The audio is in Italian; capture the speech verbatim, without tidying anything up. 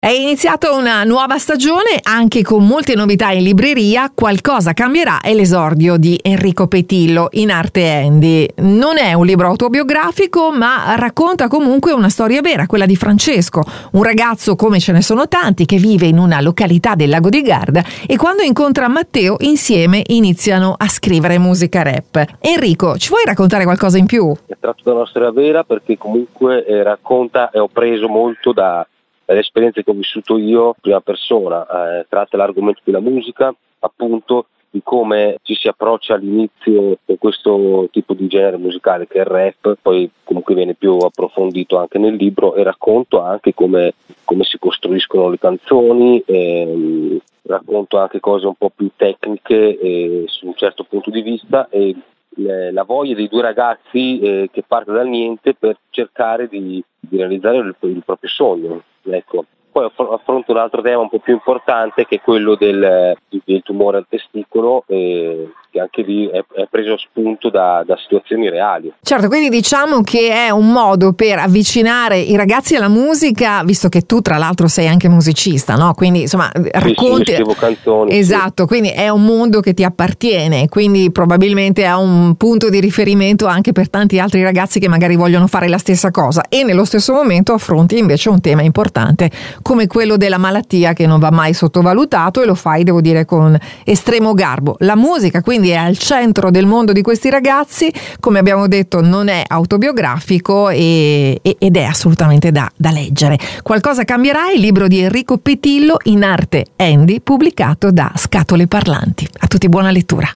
È iniziata una nuova stagione, anche con molte novità in libreria. Qualcosa cambierà è l'esordio di Enrico Petillo in Arte Andy. Non è un libro autobiografico, ma racconta comunque una storia vera, quella di Francesco, un ragazzo come ce ne sono tanti che vive in una località del lago di Garda e quando incontra Matteo insieme iniziano a scrivere musica rap. Enrico, ci vuoi raccontare qualcosa in più? È tratto da una storia vera perché comunque eh, racconta e ho preso molto da le esperienze che ho vissuto io in prima persona, eh, tratta l'argomento della musica, appunto di come ci si approccia all'inizio con questo tipo di genere musicale che è il rap, poi comunque viene più approfondito anche nel libro e racconto anche come, come si costruiscono le canzoni, ehm, racconto anche cose un po' più tecniche eh, su un certo punto di vista e le, la voglia dei due ragazzi eh, che parte dal niente per cercare di, di realizzare il, il proprio sogno. Ecco. Poi affronto un altro tema un po' più importante che è quello del, del tumore al testicolo, eh, che anche lì è, è preso spunto da, da situazioni reali. Certo, quindi diciamo che è un modo per avvicinare i ragazzi alla musica, visto che tu tra l'altro sei anche musicista, no? Quindi insomma racconti. Sì, sì, scrivo canzoni. Esatto, sì. Quindi è un mondo che ti appartiene, quindi probabilmente è un punto di riferimento anche per tanti altri ragazzi che magari vogliono fare la stessa cosa e nello stesso momento affronti invece un tema importante come quello della malattia che non va mai sottovalutato e lo fai, devo dire, con estremo garbo. La musica quindi è al centro del mondo di questi ragazzi, come abbiamo detto non è autobiografico e, e, ed è assolutamente da, da leggere. Qualcosa cambierà, il libro di Enrico Petillo in Arte Andy, pubblicato da Scatole Parlanti. A tutti buona lettura.